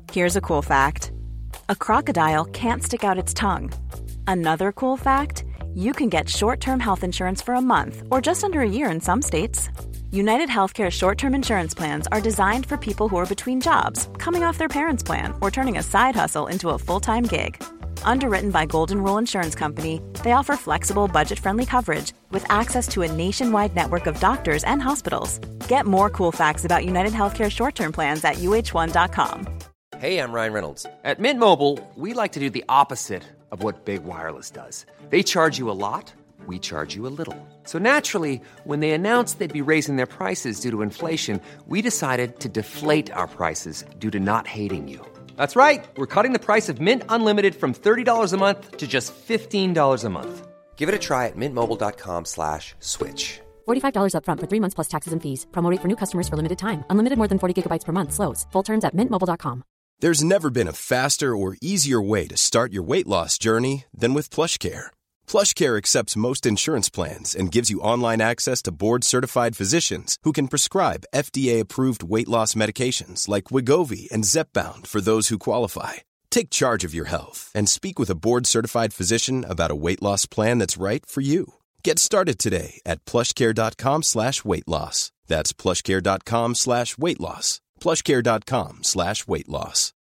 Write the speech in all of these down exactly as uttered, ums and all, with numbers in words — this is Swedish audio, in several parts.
Here's a cool fact. A crocodile can't stick out its tongue. Another cool fact, you can get short-term health insurance for a month or just under a year in some states. United Healthcare short-term insurance plans are designed for people who are between jobs, coming off their parents' plan, or turning a side hustle into a full-time gig. Underwritten by Golden Rule Insurance Company, they offer flexible, budget-friendly coverage with access to a nationwide network of doctors and hospitals. Get more cool facts about United Healthcare short-term plans at U H one dot com. Hey, I'm Ryan Reynolds. At Mint Mobile, we like to do the opposite of what Big Wireless does. They charge you a lot, we charge you a little. So naturally, when they announced they'd be raising their prices due to inflation, we decided to deflate our prices due to not hating you. That's right. We're cutting the price of Mint Unlimited from thirty dollars a month to just fifteen dollars a month. Give it a try at mintmobile.com slash switch. forty-five dollars up front for three months plus taxes and fees. Promo rate for new customers for limited time. Unlimited more than forty gigabytes per month slows. Full terms at mint mobile dot com. There's never been a faster or easier way to start your weight loss journey than with PlushCare. PlushCare accepts most insurance plans and gives you online access to board-certified physicians who can prescribe F D A-approved weight loss medications like Wegovy and Zepbound for those who qualify. Take charge of your health and speak with a board-certified physician about a weight loss plan that's right for you. Get started today at plushcare.com slash weight loss. That's plushcare.com slash weight loss. plushcare.com slash weight loss.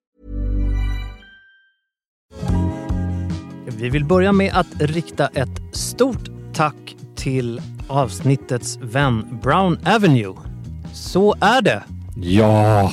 Vi vill börja med att rikta ett stort tack till avsnittets vän Brown Avenue. Så är det. Ja,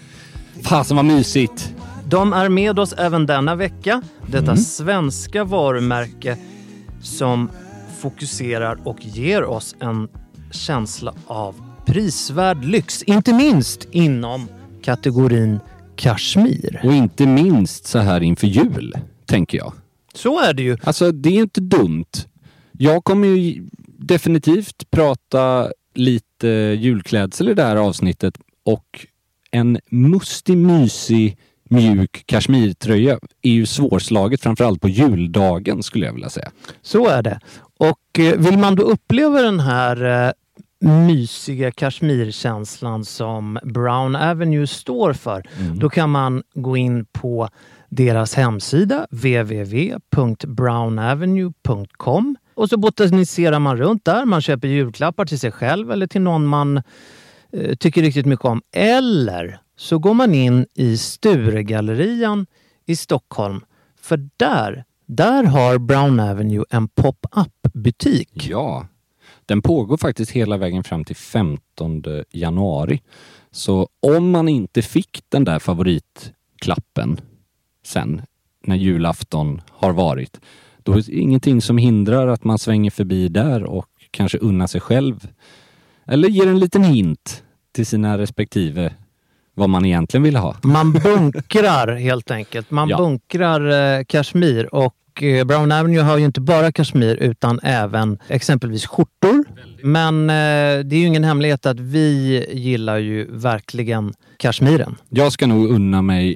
fasen vad mysigt. De är med oss även denna vecka. Detta Mm. svenska varumärke som fokuserar och ger oss en känsla av prisvärd lyx. Inte minst inom kategorin kashmir. Och inte minst så här inför jul, tänker jag. Så är det ju. Alltså det är inte dumt. Jag kommer ju definitivt prata lite julklädsel i det här avsnittet. Och en mustig, mysig, mjuk kashmirtröja är ju svårslaget, framförallt på juldagen skulle jag vilja säga. Så är det. Och eh, vill man då uppleva den här eh, mysiga kashmirkänslan som Brown Avenue står för, mm. då kan man gå in på deras hemsida w w w punkt brown avenue punkt com och så botaniserar man runt där. Man köper julklappar till sig själv eller till någon man eh, tycker riktigt mycket om. Eller så går man in i Sturegallerian i Stockholm. För där, där har Brown Avenue en pop-up-butik. Ja, den pågår faktiskt hela vägen fram till femtonde januari. Så om man inte fick den där favoritklappen sen när julafton har varit, då är det ingenting som hindrar att man svänger förbi där och kanske unnar sig själv. Eller ger en liten hint till sina respektive vad man egentligen vill ha. Man bunkrar helt enkelt. Man ja. bunkrar eh, kashmir och eh, Brown Avenue har ju inte bara kashmir utan även exempelvis skjortor. Men eh, det är ju ingen hemlighet att vi gillar ju verkligen kashmiren. Jag ska nog unna mig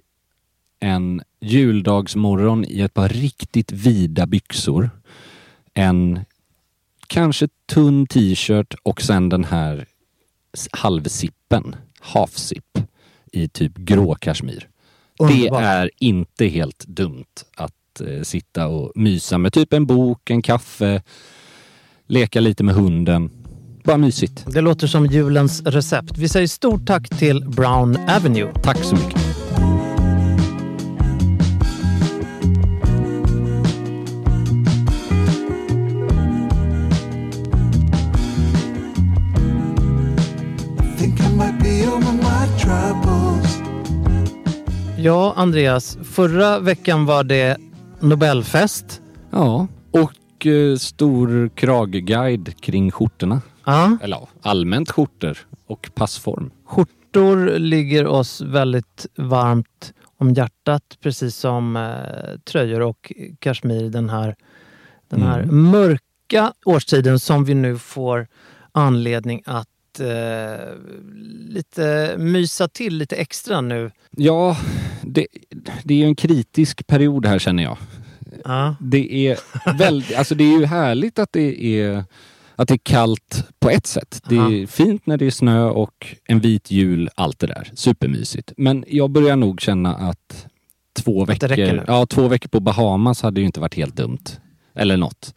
en juldagsmorgon i ett par riktigt vida byxor. En kanske tunn t-shirt och sen den här halvsippen, half-zip i typ grå kashmir. Underbar. Det är inte helt dumt att eh, sitta och mysa med typ en bok, en kaffe, leka lite med hunden. Bara mysigt. Det låter som julens recept. Vi säger stort tack till Brown Avenue. Tack så mycket. Ja, Andreas, förra veckan var det Nobelfest. Ja, och eh, stor kragguide kring skjortorna. Ja. Eller ja, allmänt skjortor och passform. Skjortor ligger oss väldigt varmt om hjärtat, precis som eh, tröjor och kashmir, den här, den här mm. mörka årstiden som vi nu får anledning att Uh, lite mysa till lite extra nu. Ja, det, det är ju en kritisk period här känner jag. Uh. Det är väldigt, alltså det är ju härligt att det är att det är kallt på ett sätt. Det är Aha. fint när det är snö och en vit jul, allt det där. Supermysigt. Men jag börjar nog känna att två Att det räcker veckor, nu. ja, två veckor på Bahamas hade ju inte varit helt dumt. Eller något.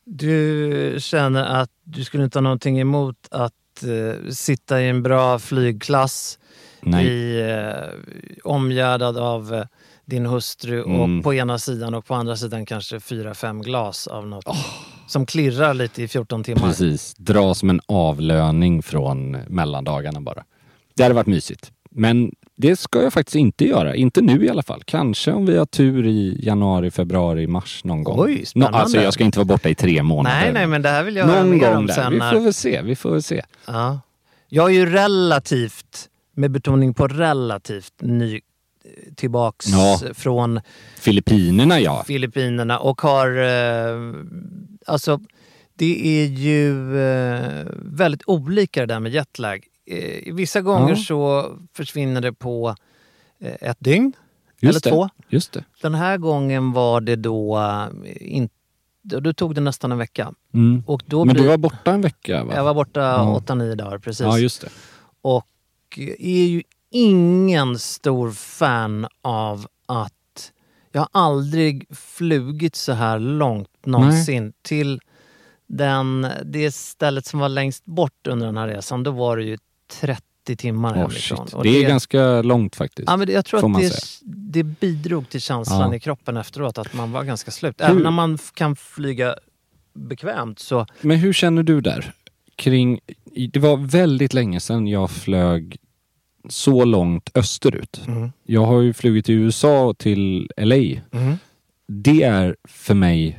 Du känner att du skulle inte ha någonting emot att eh, sitta i en bra flygklass Nej. i eh, omgärdad av eh, din hustru Mm. och på ena sidan och på andra sidan kanske fyra, fem glas av något som klirrar lite i fjorton timmar. Precis. Dra som en avlöning från mellandagarna bara. Det hade varit mysigt. Men det ska jag faktiskt inte göra. Inte nu i alla fall. Kanske om vi har tur i januari, februari, mars någon gång. Oj, spännande. Nå, alltså jag ska inte vara borta i tre månader. Nej, nej, men det här vill jag höra någon mer gång om där. sen. Vi När... får väl se. Vi får väl se. Ja. Jag är ju relativt, med betoning på relativt, ny tillbaks Ja. från Filippinerna, ja. Filippinerna och har eh, alltså det är ju eh, väldigt olika det där med jetlag. Eh, vissa gånger Ja. så försvinner det på eh, ett dygn Just eller det. två. Just det. Den här gången var det då eh, inte, då tog det nästan en vecka. Mm. Och då Men du blir- var borta en vecka, va? Jag var borta Ja. åtta, nio dagar precis. Ja, just det. Och är ju ingen stor fan av att jag har aldrig flugit så här långt någonsin till den, det stället som var längst bort under den här resan. Då var det ju trettio timmar Oh, hemifrån. shit. Och Det är ganska långt faktiskt. Ja, men det- jag tror får att man det, säga. det bidrog till känslan Ja. i kroppen efteråt att man var ganska slut. Hur- Även när man f- kan flyga bekvämt så... Men hur känner du där? Kring, det var väldigt länge sedan jag flög så långt österut. Mm. Jag har ju flugit till U S A och till L A. Mm. Det är för mig...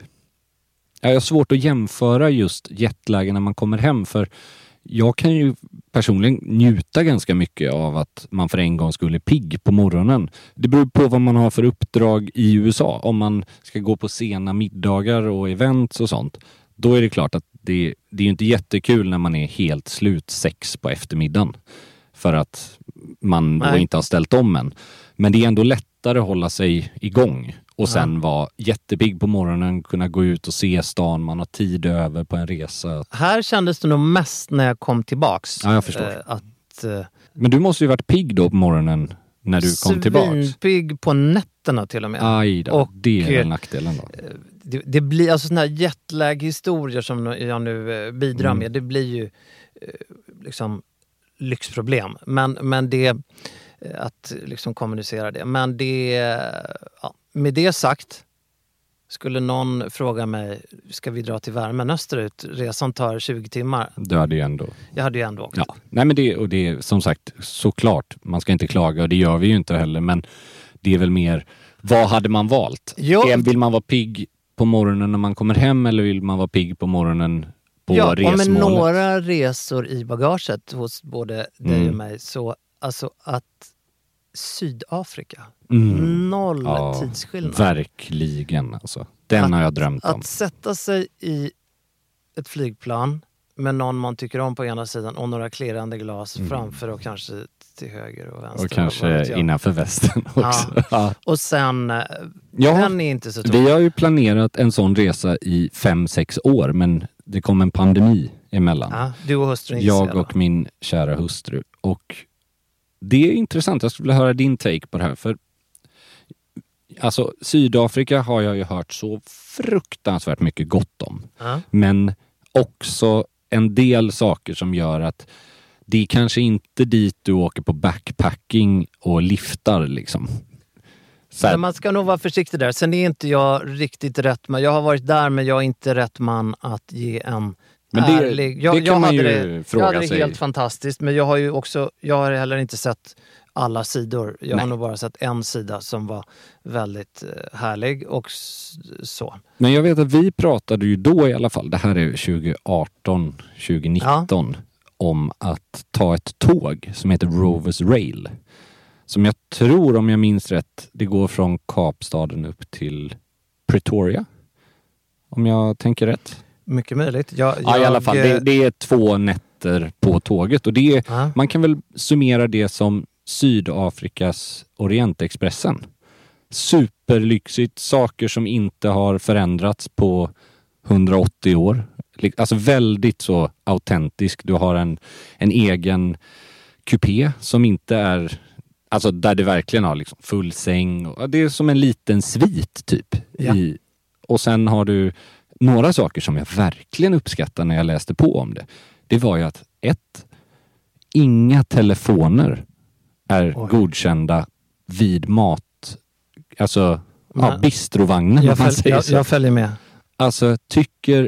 Jag har svårt att jämföra just jetlagen när man kommer hem, för jag kan ju personligen njuta ganska mycket av att man för en gång skulle pigg på morgonen. Det beror på vad man har för uppdrag i U S A. Om man ska gå på sena middagar och events och sånt, då är det klart att det, det är ju inte jättekul när man är helt slut sex på eftermiddagen. För att man då Nej. inte har ställt om än. Men det är ändå lättare att hålla sig igång. Och sen vara jättepigg på morgonen, kunna gå ut och se stan, man har tid över på en resa. Här kändes det nog mest när jag kom tillbaks. Ja, jag förstår. eh, Att... eh, Men du måste ju varit pigg då på morgonen när du kom tillbaks. Svinpigg på nätterna till och med. Aj då, Och, det är eh, väl nackdelen då. Det, det blir alltså såna här jetlag-historier som jag nu eh, bidrar Mm. med. Det blir ju eh, liksom lyxproblem. Men, men det, eh, att liksom kommunicera det. Men det, eh, ja, med det sagt, skulle någon fråga mig, ska vi dra till värmen österut? Resan tar tjugo timmar. Du hade ju ändå... Jag hade ju ändå åkt. Ja, nej men det, och det är som sagt såklart, man ska inte klaga och det gör vi ju inte heller, men det är väl mer, vad hade man valt? Ja. Är- Vill man vara pigg på morgonen när man kommer hem eller vill man vara pigg på morgonen på Ja, och med resmålet? några resor i bagaget hos både dig Mm. och mig, så alltså att Sydafrika, Mm. noll Ja, tidsskillnad. verkligen alltså. Den har jag drömt om. Att sätta sig i ett flygplan med någon man tycker om på ena sidan och några klirrande glas framför och kanske till höger och vänster. Mm. Och kanske vad vet jag. innanför västen också. Ja. Ja. Och sen, eh, Ja, den är inte så tung. vi har ju planerat en sån resa i fem, sex år, men det kom en pandemi emellan. Ja, du och hustrun gissar Jag då. och min kära hustru. Och det är intressant. Jag skulle vilja höra din take på det här. För alltså, Sydafrika har jag ju hört så fruktansvärt mycket gott om. Ja. Men också en del saker som gör att det är kanske inte dit du åker på backpacking och liftar liksom. Så här, Men man ska nog vara försiktig där. Sen är inte jag riktigt rätt man. Jag har varit där, men jag är inte rätt man att ge en Men det- ärlig... Jag, det kan jag man hade ju det, fråga jag hade det sig. helt fantastiskt, men jag har ju också... Jag har heller inte sett alla sidor. Jag har Nej. nog bara sett en sida som var väldigt eh, härlig och s- så. Men jag vet att vi pratade ju då i alla fall, det här är tjugo arton tjugo nitton, om att ta ett tåg som heter Rovers Rail. Som jag tror, om jag minns rätt, det går från Kapstaden upp till Pretoria. Om jag tänker rätt. Mycket möjligt. Jag, Ja, i alla jag, fall. eh, Det, det är två nätter på tåget. Och det är, Ja. man kan väl summera det som Sydafrikas Orientexpressen. Superlyxigt. Saker som inte har förändrats på hundraåttio år. Alltså väldigt så autentisk. Du har en, en egen kupé som inte är, alltså där det verkligen har liksom full säng. Och det är som en liten svit typ. Ja. I, och sen har du några saker som jag verkligen uppskattar när jag läste på om det. Det var ju att ett, inga telefoner är Oj. godkända vid mat, alltså ja, Nej. bistrovagnen. Jag, om man följ, säger jag, så. jag följer med. Alltså tycker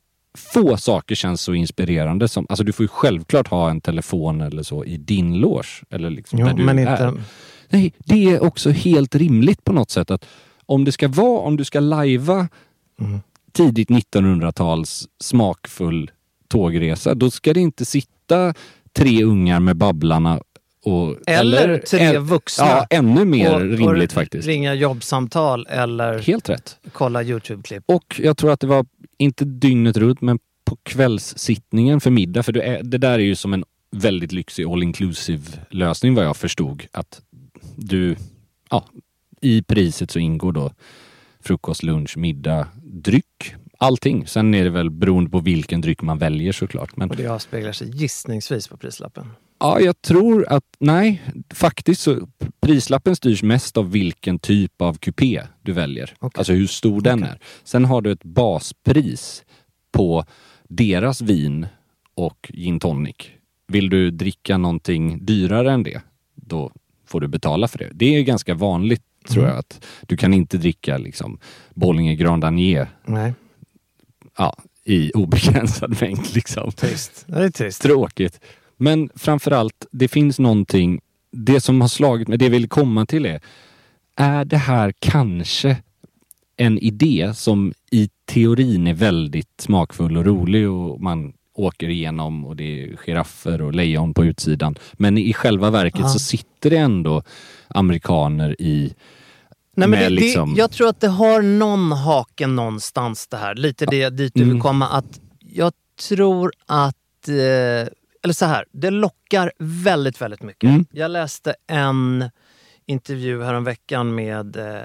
få saker känns så inspirerande som, alltså du får ju självklart ha en telefon eller så i din loge eller liksom Jo, där du men är. inte... Nej, det är också helt rimligt på något sätt att om det ska vara, om du ska lajva Mm. tidigt nittonhundratals smakfull tågresa, då ska det inte sitta tre ungar med babblarna och, Eller tre ä- vuxna. Ja, ännu mer och, rimligt och faktiskt. Ringa jobbsamtal eller Helt rätt. kolla YouTube-klipp. Och jag tror att det var inte dygnet runt, men på kvällssittningen för middag, för det, är, det där är ju som en väldigt lyxig all-inclusive lösning vad jag förstod. Att du, ja, i priset så ingår då frukost, lunch, middag, dryck, allting. Sen är det väl beroende på vilken dryck man väljer såklart. Men Och det avspeglar sig gissningsvis på prislappen. ja, jag tror att, nej, faktiskt så prislappen styrs mest av vilken typ av kupé du väljer. Okay. Alltså hur stor den Okay. är. Sen har du ett baspris på deras vin och gin tonic. Vill du dricka någonting dyrare än det, då får du betala för det. Det är ganska vanligt, tror Mm. jag, att du kan inte dricka liksom Bollinger Grand Danier Nej, ja, i obegränsad mängd liksom. trist. Det är trist. Tråkigt. Men framförallt, det finns någonting, det som har slagit mig, det jag vill komma till är, är det här kanske en idé som i teorin är väldigt smakfull och rolig och man åker igenom och det är giraffer och lejon på utsidan. Men i själva verket Ja. så sitter det ändå amerikaner i Nej, men med det, liksom- det, jag tror att det har någon haken någonstans det här. Lite det dit du vill Mm. komma. Att jag tror att... Eh, eller så här, det lockar väldigt, väldigt mycket. Mm. Jag läste en intervju häromveckan med eh,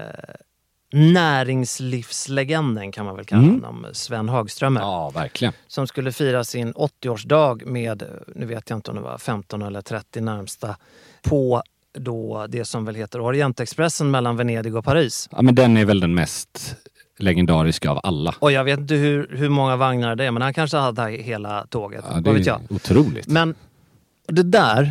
näringslivslegenden, kan man väl kalla Mm. honom, Sven Hagströmer. Ja, verkligen. Som skulle fira sin åttioårsdag med, nu vet jag inte om det var femton eller trettio närmsta, på då det som väl heter Orientexpressen mellan Venedig och Paris. Ja, men den är väl den mest legendariska av alla. Och jag vet inte hur, hur många vagnar det är, men han kanske hade hela tåget. Ja, Vad det vet jag. är otroligt. Men det där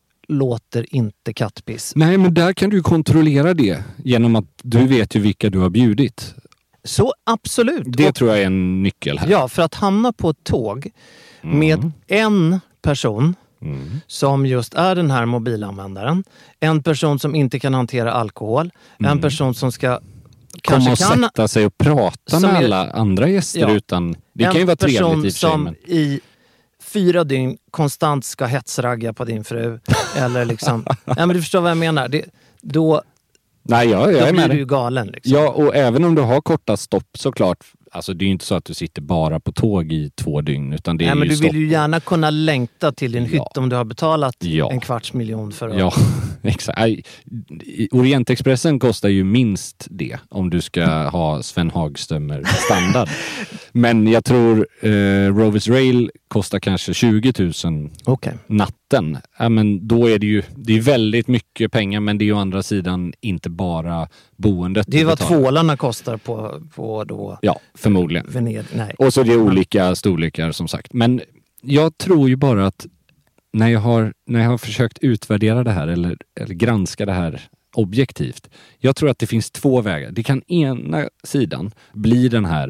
låter inte kattpiss. Nej, men där kan du kontrollera det genom att du vet ju vilka du har bjudit. Så absolut. Det Och, tror jag är en nyckel här. ja, för att hamna på ett tåg med en person Mm. som just är den här mobilanvändaren, en person som inte kan hantera alkohol, en person som ska Komma kanske och kan... sätta sig och prata som med är- alla andra gäster Ja. utan... Det kan ju vara trevligt i och för sig, som men... i fyra dygn konstant ska hetsragga på din fru. Eller liksom... Nej, men du förstår vad jag menar. Det, då Nej, jag, jag då är blir med du dig. ju galen. Liksom. Ja, och även om du har korta stopp såklart. Alltså det är ju inte så att du sitter bara på tåg i två dygn, utan det är Nej, men ju du stopp. vill ju gärna kunna längta till din hytt Ja. om du har betalat Ja. en kvarts miljon för att... Ja, exakt. Nej, i- Orientexpressen kostar ju minst det om du ska ha Sven Hagströmer standard. Men jag tror eh, Rovers Rail kostar kanske tjugo tusen Okej. natten. Ja, men då är det ju det är väldigt mycket pengar, men det är ju å andra sidan inte bara boendet. Det är du vad betalar. tvålarna kostar på, på då Ja, förmodligen. Venedig. Nej. Och så det är olika storlekar som sagt. Men jag tror ju bara att när jag har, när jag har försökt utvärdera det här eller, eller granska det här objektivt. Jag tror att det finns två vägar. Det kan ena sidan bli den här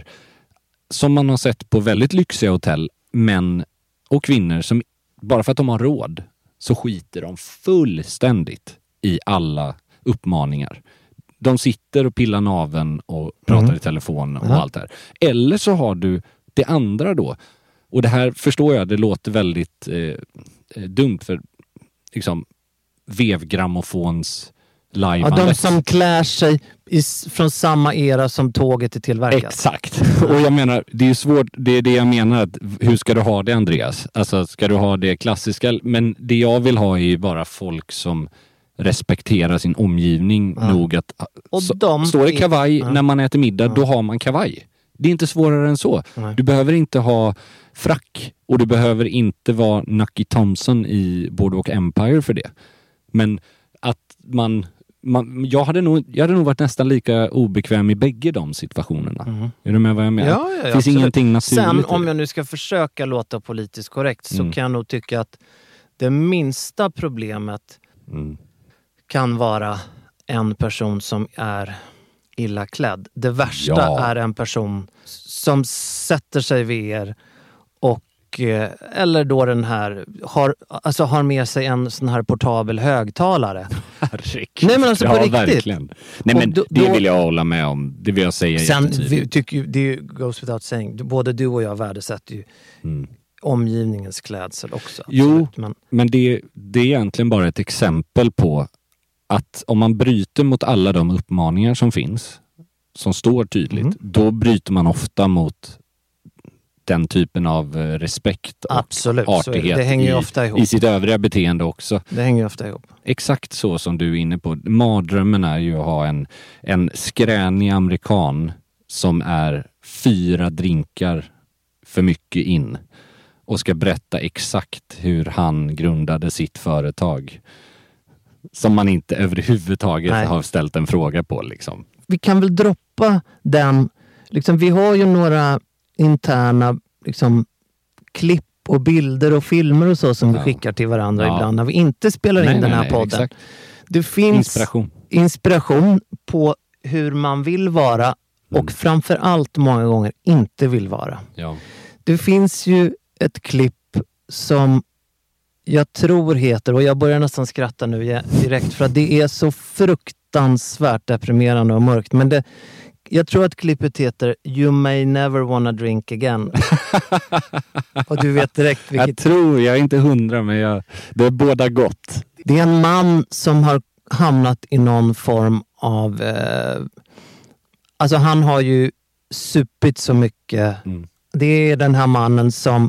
som man har sett på väldigt lyxiga hotell, män och kvinnor som bara för att de har råd så skiter de fullständigt i alla uppmaningar. De sitter och pillar naveln och pratar Mm. i telefon och Ja. allt det här. Eller så har du det andra då. Och det här förstår jag, det låter väldigt eh, eh, dumt för liksom vevgrammofons Ja, liveandet. de som klär sig i, från samma era som tåget är tillverkat. Exakt. Och jag menar, det är ju svårt, det är det jag menar, att hur ska du ha det, Andreas? Alltså, ska du ha det klassiska? Men det jag vill ha är ju bara folk som respekterar sin omgivning Ja. nog att Och så, de står det är- kavaj ja. när man äter middag, då har man kavaj. Det är inte svårare än så. Nej. Du behöver inte ha frack och du behöver inte vara Nucky Thompson i Boardwalk Empire för det. Men att man, man jag, hade nog, jag hade nog varit nästan lika obekväm i bägge de situationerna. Mm. Är du med vad jag menar? Ja, ja, ja, det finns absolut. Ingenting naturligt. Sen om jag nu ska försöka låta politiskt korrekt så mm. kan jag nog tycka att det minsta problemet mm. kan vara en person som är illa klädd. Det värsta ja. är en person som sätter sig vid er och eller då den här har, alltså har med sig en sån här portabel högtalare. Herregud. Nej men alltså på ja, riktigt. Verkligen. Nej men då, det vill jag hålla med om. Det vill jag säga sen vi, tycker det goes without saying. Både du och jag värdesätter ju mm. omgivningens klädsel också. Absolut. Jo, men, men det, det är egentligen bara ett exempel på att om man bryter mot alla de uppmaningar som finns, som står tydligt, mm. då bryter man ofta mot den typen av respekt och absolut, artighet det hänger i, ofta ihop. i sitt övriga beteende också. Det hänger ju ofta ihop. Exakt så som du är inne på. Mardrömmen är ju att ha en, en skränig amerikan som är fyra drinkar för mycket in och ska berätta exakt hur han grundade sitt företag. Som man inte överhuvudtaget Nej. har ställt en fråga på. Liksom. Vi kan väl droppa den. Liksom, vi har ju några interna liksom, klipp och bilder och filmer och så som ja. vi skickar till varandra ja. ibland när vi inte spelar nej, in den här nej, podden. Exakt. Det finns inspiration. inspiration på hur man vill vara och mm. framförallt många gånger inte vill vara. Ja. Det finns ju ett klipp som jag tror heter, och jag börjar nästan skratta nu direkt för att det är så fruktansvärt deprimerande och mörkt, men det jag tror att klippet heter You may never wanna drink again. Och du vet direkt vilket... Jag tror, jag är inte hundra, men jag... det är båda gott. Det är en man som har hamnat i någon form av... Eh... Alltså han har ju supit så mycket. Mm. Det är den här mannen som...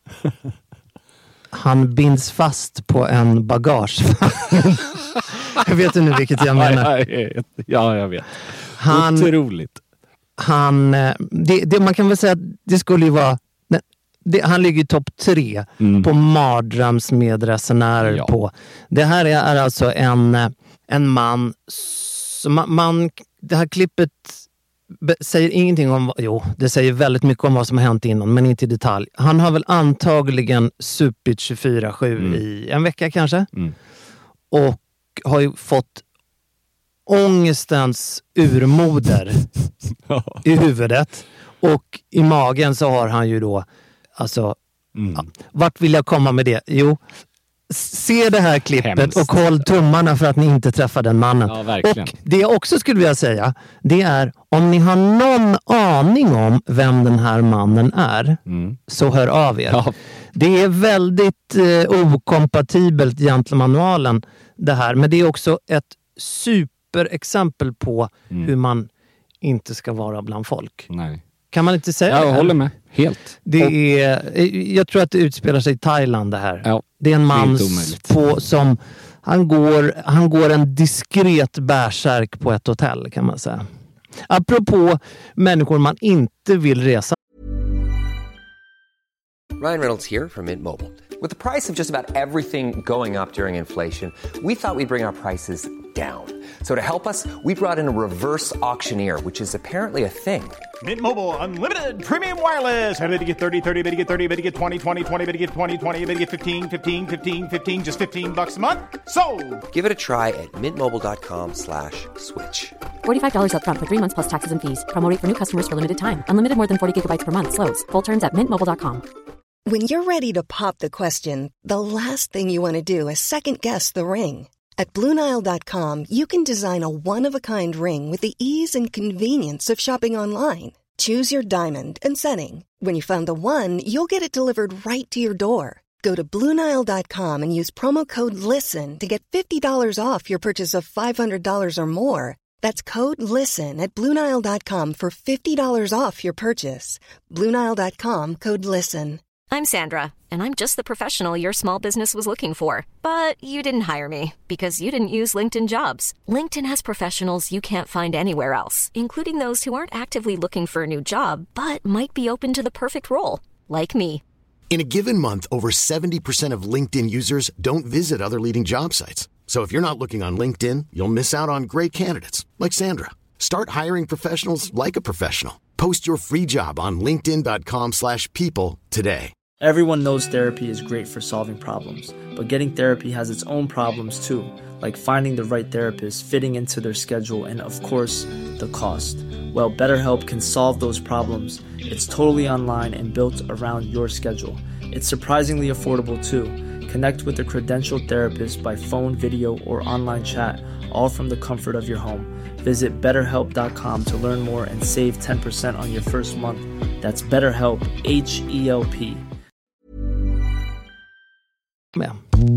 han binds fast på en bagage. Jag vet inte vilket jag menar. Ja, jag vet. Han, Otroligt. Han, det, det, man kan väl säga att det skulle ju vara... Det, han ligger i topp tre mm. på mardrömsmedresenärer ja. på. Det här är, är alltså en, en man som man, man... Det här klippet säger ingenting om... Jo, det säger väldigt mycket om vad som har hänt innan, men inte i detalj. Han har väl antagligen supit tjugofyra sju mm. i en vecka kanske. Mm. Och har ju fått ångestens urmoder i huvudet. Och i magen så har han ju då alltså, mm. ja, vart vill jag komma med det? Jo, se det här klippet Hemskt. och håll tummarna för att ni inte träffar den mannen. Ja, verkligen. Och det jag också skulle vilja säga, det är om ni har någon aning om vem den här mannen är, mm. så hör av er. Ja. Det är väldigt eh, okompatibelt gentlemanualen det här, men det är också ett superexempel på mm. hur man inte ska vara bland folk. Nej. Kan man inte säga ja, det? Jag håller med. Helt. Det är, jag tror att det utspelar sig i Thailand det här. Ja, det är en man på, som han går, han går en diskret bärsärk på ett hotell kan man säga. Apropå människor man inte vill resa. Ryan Reynolds here from Mint Mobile. With the price of just about everything going up during inflation, we thought we'd bring our prices down. So to help us, we brought in a reverse auctioneer, which is apparently a thing. Mint Mobile Unlimited Premium Wireless. How to get thirty, thirty, how to get thirty, how to get twenty, twenty, twenty, how to get twenty, twenty, how to get fifteen, fifteen, fifteen, fifteen, just fifteen bucks a month? Sold! Give it a try at mintmobile.com slash switch. forty-five dollars up front for three months plus taxes and fees. Promo rate for new customers for limited time. Unlimited more than forty gigabytes per month. Slows full terms at mint mobile dot com. When you're ready to pop the question, the last thing you want to do is second-guess the ring. At Blue Nile dot com, you can design a one-of-a-kind ring with the ease and convenience of shopping online. Choose your diamond and setting. When you find the one, you'll get it delivered right to your door. Go to Blue Nile dot com and use promo code LISTEN to get fifty dollars off your purchase of five hundred dollars or more. That's code LISTEN at Blue Nile dot com for fifty dollars off your purchase. Blue Nile dot com, code LISTEN. I'm Sandra, and I'm just the professional your small business was looking for. But you didn't hire me because you didn't use LinkedIn Jobs. LinkedIn has professionals you can't find anywhere else, including those who aren't actively looking for a new job, but might be open to the perfect role, like me. In a given month, over seventy percent of LinkedIn users don't visit other leading job sites. So if you're not looking on LinkedIn, you'll miss out on great candidates like Sandra. Start hiring professionals like a professional. Post your free job on linkedin dot com slash people today. Everyone knows therapy is great for solving problems, but getting therapy has its own problems too, like finding the right therapist, fitting into their schedule, and of course, the cost. Well, BetterHelp can solve those problems. It's totally online and built around your schedule. It's surprisingly affordable too. Connect with a credentialed therapist by phone, video, or online chat, all from the comfort of your home. Visit better help dot com to learn more and save ten percent on your first month. That's BetterHelp, H E L P. Med.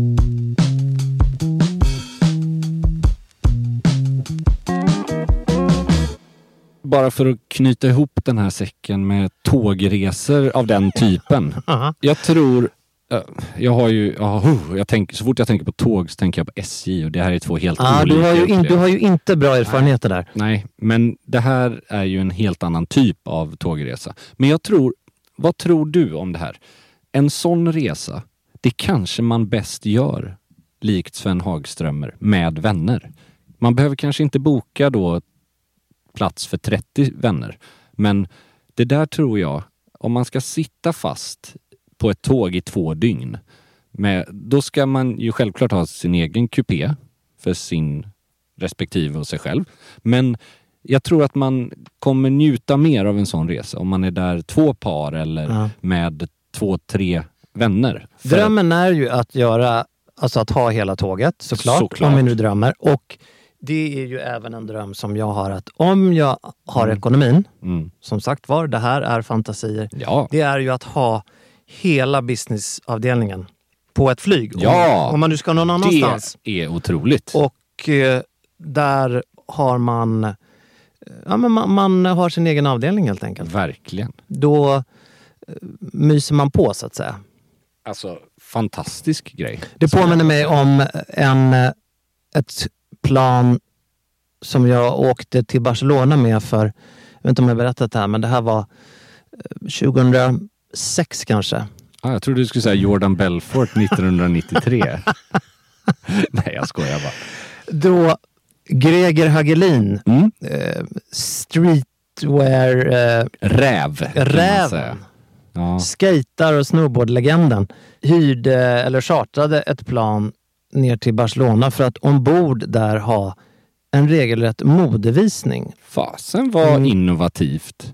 Bara för att knyta ihop den här säcken med tågresor av den typen. Uh-huh. Jag tror, jag har ju, oh, jag tänker, så fort jag tänker på tåg så tänker jag på S J och det här är två helt ah, olika. Du har, ju in, du har ju inte bra erfarenheter där. Nej, men det här är ju en helt annan typ av tågresa. Men jag tror, vad tror du om det här? En sån resa, det kanske man bäst gör, likt Sven Hagströmer, med vänner. Man behöver kanske inte boka då plats för trettio vänner. Men det där tror jag, om man ska sitta fast på ett tåg i två dygn, med, då ska man ju självklart ha sin egen kupé för sin respektive och sig själv. Men jag tror att man kommer njuta mer av en sån resa om man är där två par eller ja. med två, tre vänner. Drömmen är ju att göra, alltså att ha hela tåget, såklart, såklart. Om vi nu drömmer. Och det är ju även en dröm som jag har, att om jag har mm. ekonomin, mm. som sagt var, det här är fantasier. Ja. Det är ju att ha hela businessavdelningen på ett flyg. Ja. Om, om man nu ska någon annanstans. Det är otroligt. Och eh, där har man, ja, men man, man har sin egen avdelning helt enkelt. Verkligen. Då eh, myser man på, så att säga. Alltså, fantastisk grej. Det påminner mig om en, ett plan som jag åkte till Barcelona med för, jag vet inte om jag berättat det här, men det här var tjugohundrasex kanske. Ah, jag trodde du skulle säga Jordan Belfort nittonhundranittiotre. Nej, jag skojar bara. Då Greger Hagelin, mm. eh, streetwear eh, räv. Räven. Ja. Skater och snowboardlegenden hyrde eller chartrade ett plan ner till Barcelona för att ombord där ha en regelrätt modevisning. Fasen var mm. innovativt.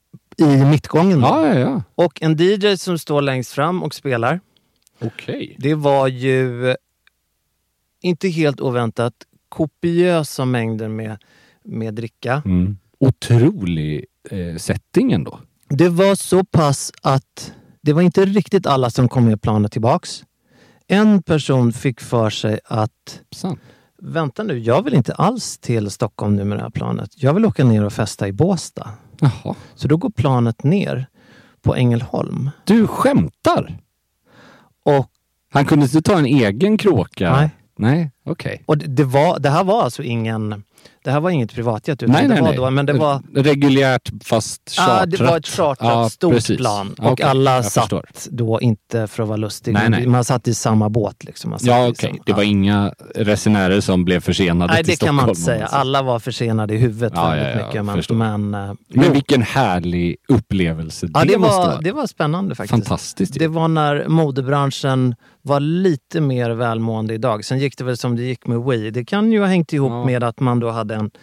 I mittgången då. Ja, ja, ja. Och en D J som står längst fram och spelar. Okej. Okay. Det var ju inte helt oväntat kopiösa mängder med, med dricka. Mm. Otrolig eh, setting ändå. Det var så pass att det var inte riktigt alla som kom med planet tillbaks. En person fick för sig att Sant. Vänta nu, jag vill inte alls till Stockholm nu med det här planet. Jag vill åka ner och festa i Båstad. Jaha. Så då går planet ner på Ängelholm. Du skämtar? Och han kunde inte ta en egen kråka? Nej. Nej, okej. Okay. Och det, det, var, det här var alltså ingen... Det här var inget privatjet, utan nej, det nej, var nej. då, men det var reguljärt fast chartrat. Ja, det var ett chartrat ja, stort precis. plan. Ja, och okay. alla jag satt förstår. Då inte för att vara lustig. Nej, nej. Man satt i samma båt liksom. Man ja, okej. Okay. Det var ja. inga resenärer som blev försenade nej, till Stockholm. Nej, det kan man inte säga. Alla var försenade i huvudet ja, väldigt ja, ja, mycket. Men, men, men vilken härlig upplevelse ja, det, det måste var. vara. Det var spännande faktiskt. Fantastiskt. Det var när modebranschen var lite mer välmående idag. Sen gick det väl som det gick med Wii. Det kan ju ha hängt ihop ja. med att man då hade en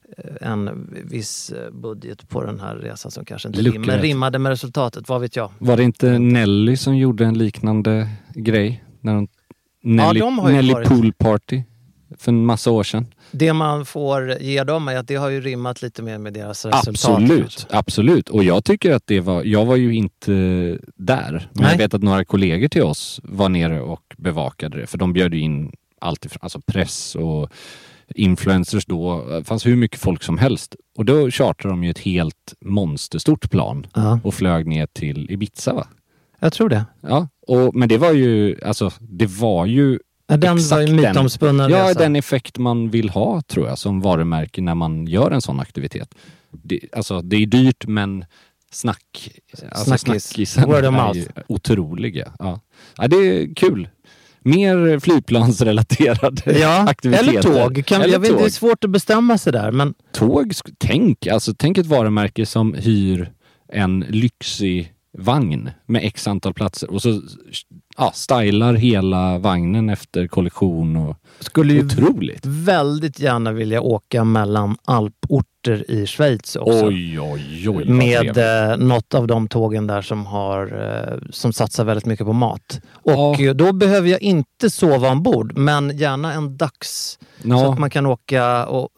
en viss budget på den här resan som kanske inte rim, men rimmade med resultatet, vad vet jag. Var det inte Nelly som gjorde en liknande grej? När de, Nelly, ja, de har ju Nelly varit. Pool Party för en massa år sedan. Det man får ge dem är att det har ju rimmat lite mer med deras resultat. Absolut, kanske. absolut. Och jag tycker att det var, jag var ju inte där, men Nej. jag vet att några kollegor till oss var nere och bevakade det, för de bjöd in allt ifrån, alltså press och influencers då, det fanns hur mycket folk som helst. Och då chartrade de ju ett helt monsterstort plan uh-huh. och flög ner till Ibiza, va? Jag tror det. Ja, och, men det var ju, alltså, det var ju ja, den var ju mytomspunnen. Ja, den effekt man vill ha, tror jag, som varumärke när man gör en sån aktivitet. Det, alltså, det är dyrt, men snack, alltså snackisen Word of är mouth. ju otroliga. Ja. Ja, det är kul. Mer flygplansrelaterade ja, aktiviteter. Eller tåg. Kan, eller jag vet, tåg. Det är svårt att bestämma sig där. Men... Tåg, tänk, alltså, tänk ett varumärke som hyr en lyxig vagn med x antal platser och så ja, stylar hela vagnen efter kollektion och skulle ju otroligt. Väldigt gärna vilja åka mellan alporter i Schweiz också. Oj, oj, oj. Med eh, något av de tågen där som har eh, som satsar väldigt mycket på mat. Och ja. Då behöver jag inte sova ombord, men gärna en dags ja. Så att man kan åka och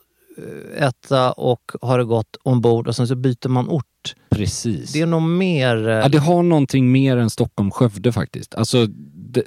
äta och ha det gott ombord och sen så byter man ort. Precis. Det är nog mer... Ja, det har någonting mer än Stockholm-Skövde faktiskt. Alltså, det,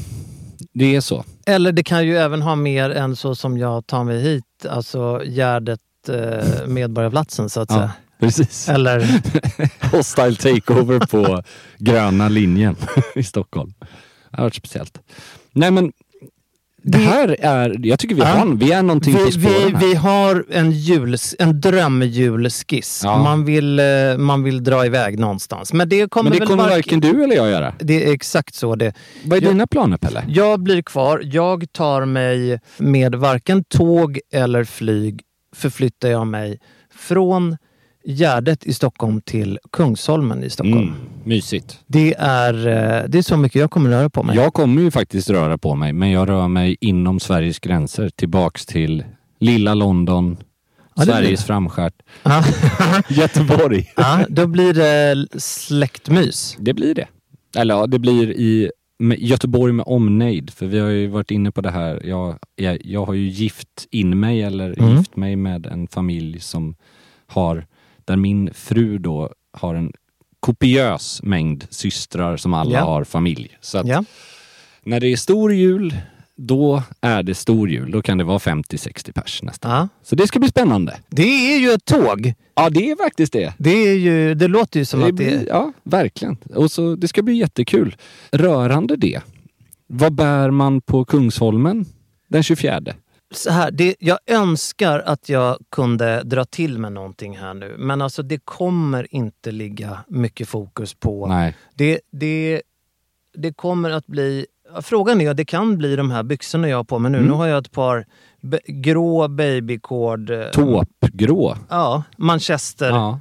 det är så. Eller det kan ju även ha mer än så som jag tar mig hit. Alltså Gärdet, eh, Medborgarplatsen så att ja, säga. Precis. Eller... Hostile takeover på gröna linjen i Stockholm. Det har varit speciellt. Nej men det här är, jag tycker vi har, ja. vi är någonting vi, på spåren här. Vi, vi har en, jul, en drömjulskiss. Ja. Man, vill, man vill dra iväg någonstans. Men det kommer, Men det väl kommer varken, varken du eller jag göra. Det är exakt så det. Vad är jag, dina planer, Pelle? Jag blir kvar. Jag tar mig med varken tåg eller flyg förflyttar jag mig från Gärdet i Stockholm till Kungsholmen i Stockholm. Mm, mysigt. Det är, det är så mycket jag kommer röra på mig. Jag kommer ju faktiskt röra på mig, men jag rör mig inom Sveriges gränser tillbaks till lilla London, ja, Sveriges framskärt, Göteborg. Ja, då blir det släktmys. Det blir det. Eller ja, det blir i Göteborg med omnejd, för vi har ju varit inne på det här. Jag, jag, jag har ju gift in mig eller mm. gift mig med en familj som har, där min fru då har en kopiös mängd systrar som alla ja. har familj. Så att ja. när det är stor jul, då är det stor jul. Då kan det vara femtio sextio pers nästan. Ja. Så det ska bli spännande. Det är ju ett tåg. Ja, det är faktiskt det. Det är ju, det låter ju som det att blir, det är... Ja, verkligen. Och så, det ska bli jättekul. Rörande det. Vad bär man på Kungsholmen den tjugofjärde? Så här, det, jag önskar att jag kunde dra till med någonting här nu. Men alltså det kommer inte ligga mycket fokus på. Nej. Det, det, det kommer att bli... Frågan är, det kan bli de här byxorna jag har på mig nu. Mm. Nu har jag ett par be, grå babycord. Tåpgrå? Ja, Manchester. Ja.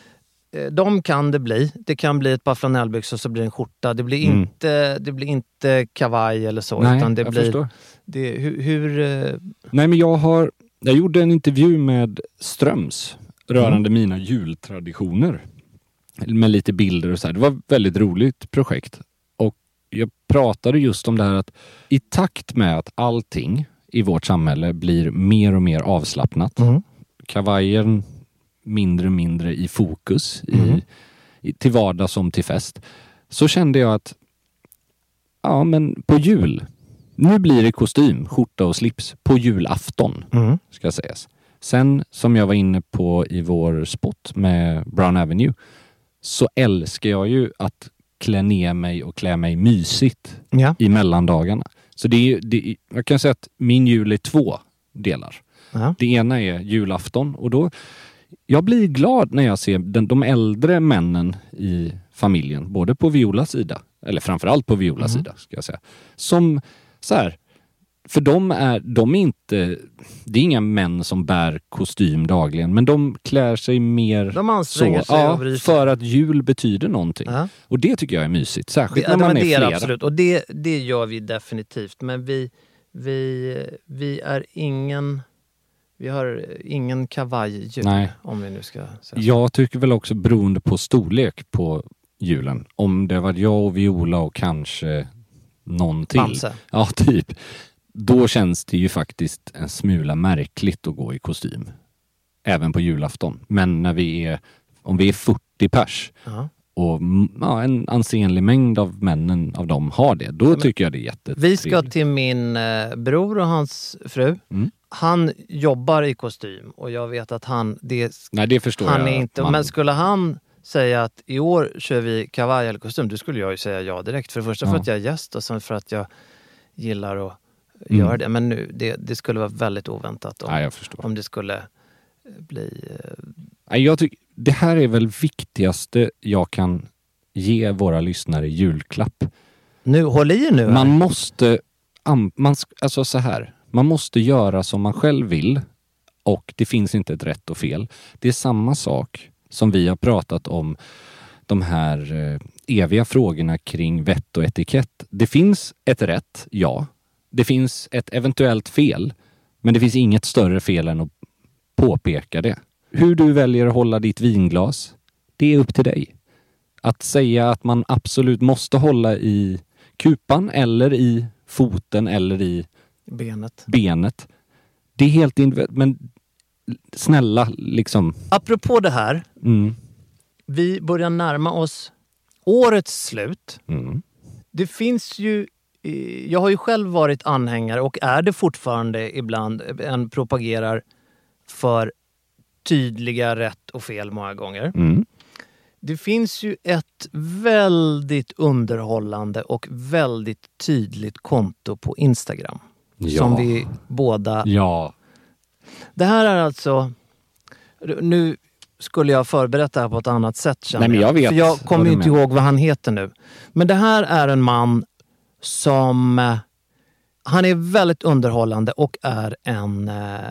De kan det bli. Det kan bli ett par flanellbyxor så blir det en skjorta. Det blir, mm. inte, det blir inte kavaj eller så. Nej, utan det jag blir, förstår. Det, hur, hur... Nej, men jag har... Jag gjorde en intervju med Ströms rörande mm. mina jultraditioner. Med lite bilder och så här. Det var ett väldigt roligt projekt. Och jag pratade just om det här att i takt med att allting i vårt samhälle blir mer och mer avslappnat. Mm. Kavajen mindre och mindre i fokus mm. i, i, till vardag som till fest. Så kände jag att ja, men på jul nu blir det kostym, skjorta och slips på julafton mm. ska sägas. Sen som jag var inne på i vår spot med Brown Avenue så älskar jag ju att klä ner mig och klä mig mysigt ja. i mellandagarna. Så det är, det, jag kan säga att min jul är två delar. Ja. Det ena är julafton och då jag blir glad när jag ser den, de äldre männen i familjen, både på Violas sida, eller framförallt på Violas mm. sida ska jag säga, som så här, för de är, de är inte, det är inga män som bär kostym dagligen, men de klär sig mer de anstränger så, sig ja, för att jul betyder någonting. Uh-huh. Och det tycker jag är mysigt, särskilt det, när man det är det flera. Är absolut. Och det, det gör vi definitivt, men vi, vi, vi är ingen... Vi har ingen kavajjul. Nej. Om vi nu ska säga så. Jag tycker väl också beroende på storlek på julen. Om det var jag och Viola och kanske någon till. Bamse. Ja, typ. Då känns det ju faktiskt en smula märkligt att gå i kostym. Även på julafton. Men när vi är, om vi är fyrtio pers uh-huh. och ja, en ansenlig mängd av männen av dem har det, då ja, tycker jag det är jättetrevligt. Vi ska till min eh, bror och hans fru. Mm. Han jobbar i kostym och jag vet att han det, Nej, det förstår han jag. Är inte, man... Men skulle han säga att i år kör vi kavaj eller kostym, då skulle jag ju säga ja direkt. För det första ja. för att jag är gäst och sen för att jag gillar att mm. göra det. Men nu, det, det skulle vara väldigt oväntat om, ja, jag förstår. om det skulle bli... Ja, jag tycker, det här är väl viktigaste jag kan ge våra lyssnare julklapp. Nu, håll i nu. Man måste, man, alltså så här, man måste göra som man själv vill och det finns inte ett rätt och fel. Det är samma sak som vi har pratat om de här eh, eviga frågorna kring vett och etikett. Det finns ett rätt, ja. Det finns ett eventuellt fel, men det finns inget större fel än att påpeka det. Hur du väljer att hålla ditt vinglas, det är upp till dig. Att säga att man absolut måste hålla i kupan eller i foten eller i benet. benet. Det är helt individuellt, men snälla liksom. Apropå det här, mm. vi börjar närma oss årets slut. Mm. Det finns ju, jag har ju själv varit anhängare och är det fortfarande ibland, en propagerar för tydliga rätt och fel många gånger. Mm. Det finns ju ett väldigt underhållande och väldigt tydligt konto på Instagram. Ja. Som vi båda... Ja. Det här är alltså... Nu skulle jag förberett det här på ett annat sätt, känner Nej, men jag vet. För jag kommer ju inte ihåg vad han heter nu. Men det här är en man som... Han är väldigt underhållande och är en...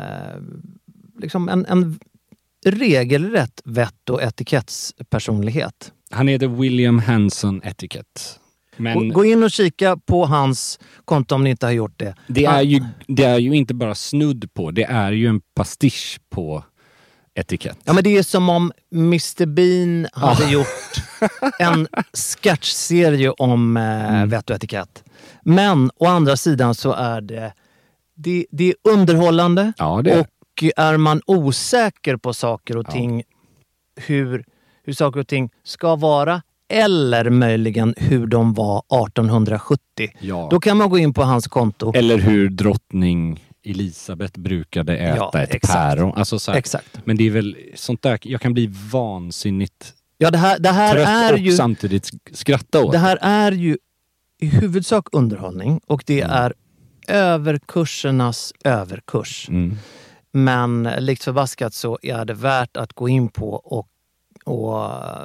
Liksom en... en regelrätt vett- och etikettspersonlighet. Han heter William Hanson Etiquette. Men gå in och kika på hans konto om ni inte har gjort det. Det Han... är ju, det är ju inte bara snudd på, det är ju en pastisch på etikett. Ja, men det är som om mister Bean hade ah. gjort en sketchserie om eh, mm. vett och etikett. Men å andra sidan så är det det, det är underhållande ja, det är. Och är man osäker på saker och ting, ja. hur, hur saker och ting ska vara eller möjligen hur de var arton sjuttio, ja. då kan man gå in på hans konto. Eller hur drottning Elisabeth brukade äta ja, ett exakt. päron. Alltså så här, exakt. Men det är väl sånt där, jag kan bli vansinnigt ja, det här, det här trött är och ju, samtidigt skratta åt. Det här är ju i huvudsak underhållning och det mm. är överkursernas överkurs. Mm. Men likt förbaskat så är det värt att gå in på och, och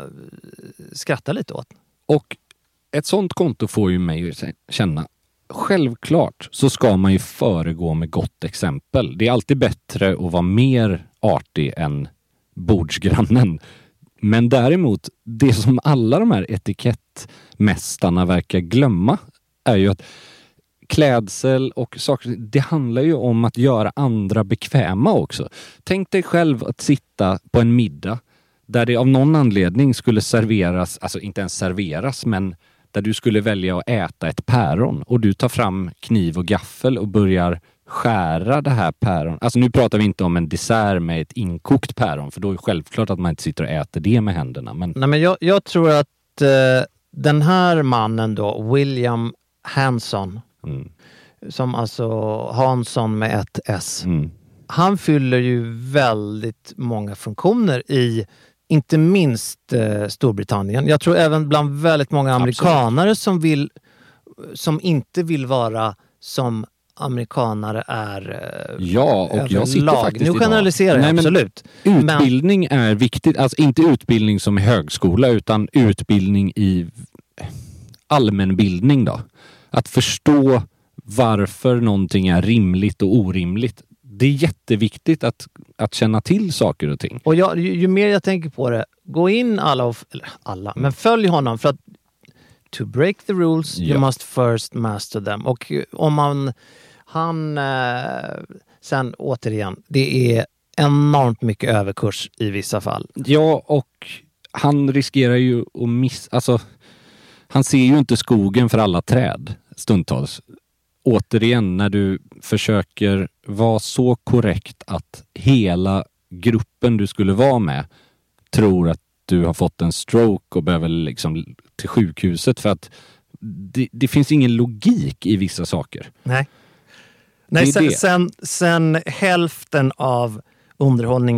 skratta lite åt. Och ett sånt konto får ju mig att känna, självklart så ska man ju föregå med gott exempel. Det är alltid bättre att vara mer artig än bordsgrannen. Men däremot, det som alla de här etikettmästarna verkar glömma är ju att klädsel och saker, det handlar ju om att göra andra bekväma också. Tänk dig själv att sitta på en middag där det av någon anledning skulle serveras, alltså inte ens serveras, men där du skulle välja att äta ett päron och du tar fram kniv och gaffel och börjar skära det här päron. Alltså nu pratar vi inte om en dessert med ett inkokt päron, för då är det självklart att man inte sitter och äter det med händerna. Men... Nej, men jag, jag tror att eh, den här mannen då, William Hanson, mm. som alltså Hansson med ett S. Mm. Han fyller ju väldigt många funktioner i inte minst eh, Storbritannien. Jag tror även bland väldigt många amerikanare som vill som inte vill vara som amerikanare är eh, ja, och jag sitter lag. faktiskt Nu generaliserar jag, absolut. Utbildning men... är viktigt. Alltså inte utbildning som i högskola utan utbildning i allmänbildning då. Att förstå varför någonting är rimligt och orimligt. Det är jätteviktigt att, att känna till saker och ting. Och jag, ju, ju mer jag tänker på det, gå in alla, och, eller alla, men följ honom för att to break the rules, ja. you must first master them. Och om man, han, eh, sen återigen, det är enormt mycket överkurs i vissa fall. Ja, och han riskerar ju att missa, alltså han ser ju inte skogen för alla träd stundtals. Återigen, när du försöker vara så korrekt att hela gruppen du skulle vara med tror att du har fått en stroke och behöver liksom till sjukhuset för att det, det finns ingen logik i vissa saker. Nej. Nej, sen, sen, sen hälften av underhållningen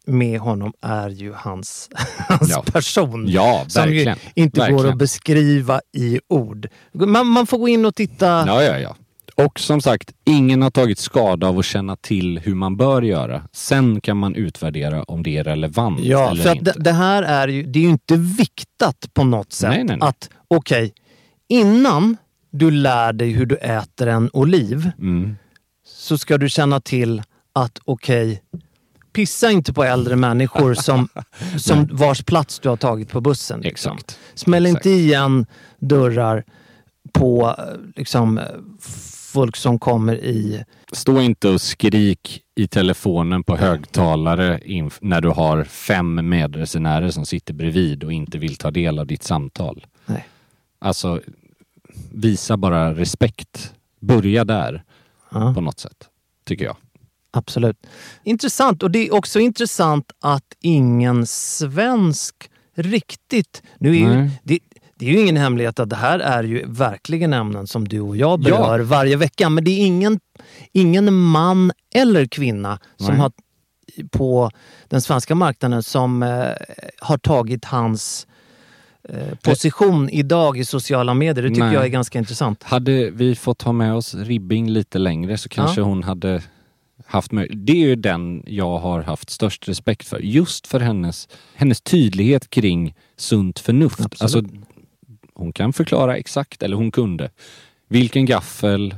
med honom är ju hans, hans ja. person. Ja, som verkligen. ju inte verkligen. går att beskriva i ord. Man, man får gå in och titta. Ja, ja, ja. Och som sagt, ingen har tagit skada av att känna till hur man bör göra. Sen kan man utvärdera om det är relevant ja, eller för inte. Att det, det här är ju, det är ju inte viktat på något sätt. Nej, nej, nej. Att okej, okay, innan du lär dig hur du äter en oliv mm. så ska du känna till att okej, okay, pissa inte på äldre människor som, som vars plats du har tagit på bussen. Liksom. Exakt. Smäll Exakt. inte igen dörrar på liksom, folk som kommer i... Stå inte och skrik i telefonen på högtalare inf- när du har fem medresenärer som sitter bredvid och inte vill ta del av ditt samtal. Nej. Alltså, visa bara respekt. Börja där Ja. på något sätt, tycker jag. Absolut. Intressant. Och det är också intressant att ingen svensk riktigt... Nu är ju, det, det är ju ingen hemlighet att det här är ju verkligen ämnen som du och jag berör ja. varje vecka. Men det är ingen, ingen man eller kvinna som Nej. har på den svenska marknaden som eh, har tagit hans eh, position idag i sociala medier. Det tycker Nej. jag är ganska intressant. Hade vi fått ha med oss Ribbing lite längre så kanske Ja. hon hade haft möjlighet. Det är ju den jag har haft störst respekt för. Just för hennes, hennes tydlighet kring sunt förnuft. Absolut. Alltså, hon kan förklara exakt, eller hon kunde, vilken gaffel,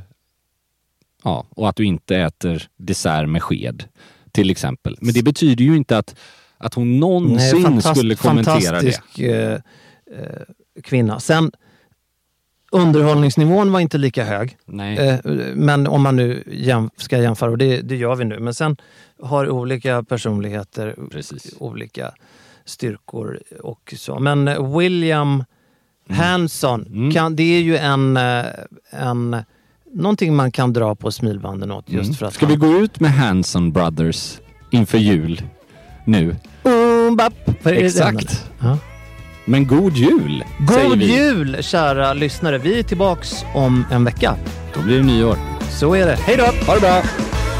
ja, och att du inte äter dessert med sked, till exempel. Men det betyder ju inte att, att hon någonsin Nej, fantast- skulle kommentera fantastisk, det. Eh, eh, kvinna. Sen, underhållningsnivån var inte lika hög. Nej. Eh, men om man nu jäm- ska jämföra, och det, det gör vi nu. Men sen har olika personligheter Precis. olika styrkor och så. Men William Hanson, Mm. kan, det är ju en, eh, en någonting man kan dra på smilbanden åt just Mm. för att Ska han... vi gå ut med Hanson Brothers inför jul nu? Um, bap, för är det Exakt. den? Ja. Men god jul, säger God vi. jul, kära lyssnare. Vi är tillbaks om en vecka. Då blir det nyår. Så är det. Hej då! Ha det bra!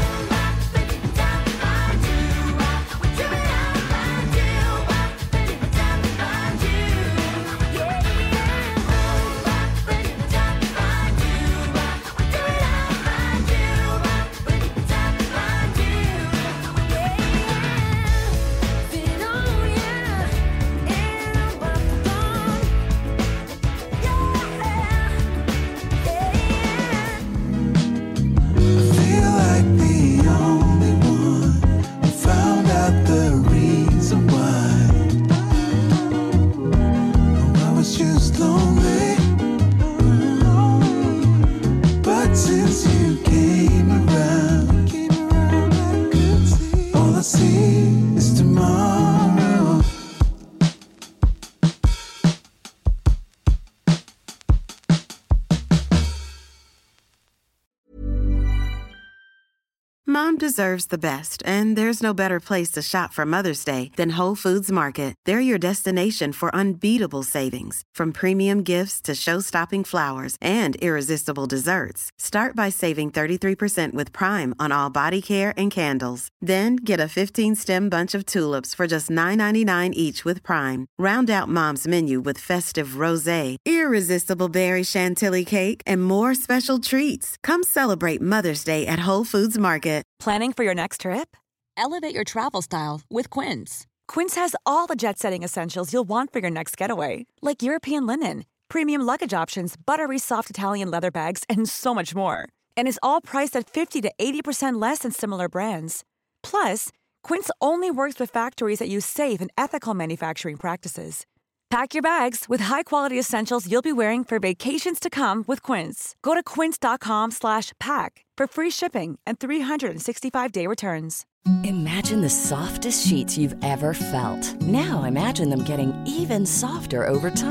Mom deserves the best, and there's no better place to shop for Mother's Day than Whole Foods Market. They're your destination for unbeatable savings, from premium gifts to show-stopping flowers and irresistible desserts. Start by saving thirty-three percent with Prime on all body care and candles. Then get a fifteen-stem bunch of tulips for just nine ninety-nine each with Prime. Round out Mom's menu with festive rosé, irresistible berry chantilly cake, and more special treats. Come celebrate Mother's Day at Whole Foods Market. Planning for your next trip? Elevate your travel style with Quince. Quince has all the jet-setting essentials you'll want for your next getaway, like European linen, premium luggage options, buttery soft Italian leather bags, and so much more. And is all priced at fifty to eighty percent less than similar brands. Plus, Quince only works with factories that use safe and ethical manufacturing practices. Pack your bags with high-quality essentials you'll be wearing for vacations to come with Quince. Go to quince.com slash pack for free shipping and three sixty-five day returns. Imagine the softest sheets you've ever felt. Now imagine them getting even softer over time.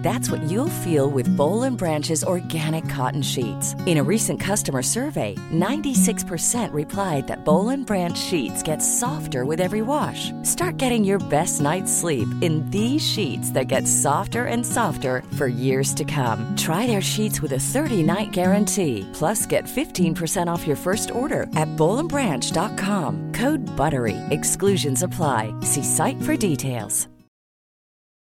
That's what you'll feel with Bowl and Branch's organic cotton sheets. In a recent customer survey, ninety-six percent replied that Bowl and Branch sheets get softer with every wash. Start getting your best night's sleep in these sheets that get softer and softer for years to come. Try their sheets with a thirty-night guarantee. Plus, get fifteen percent off your first order at bowl and branch dot com. Code BUTTERY. Exclusions apply. See site for details.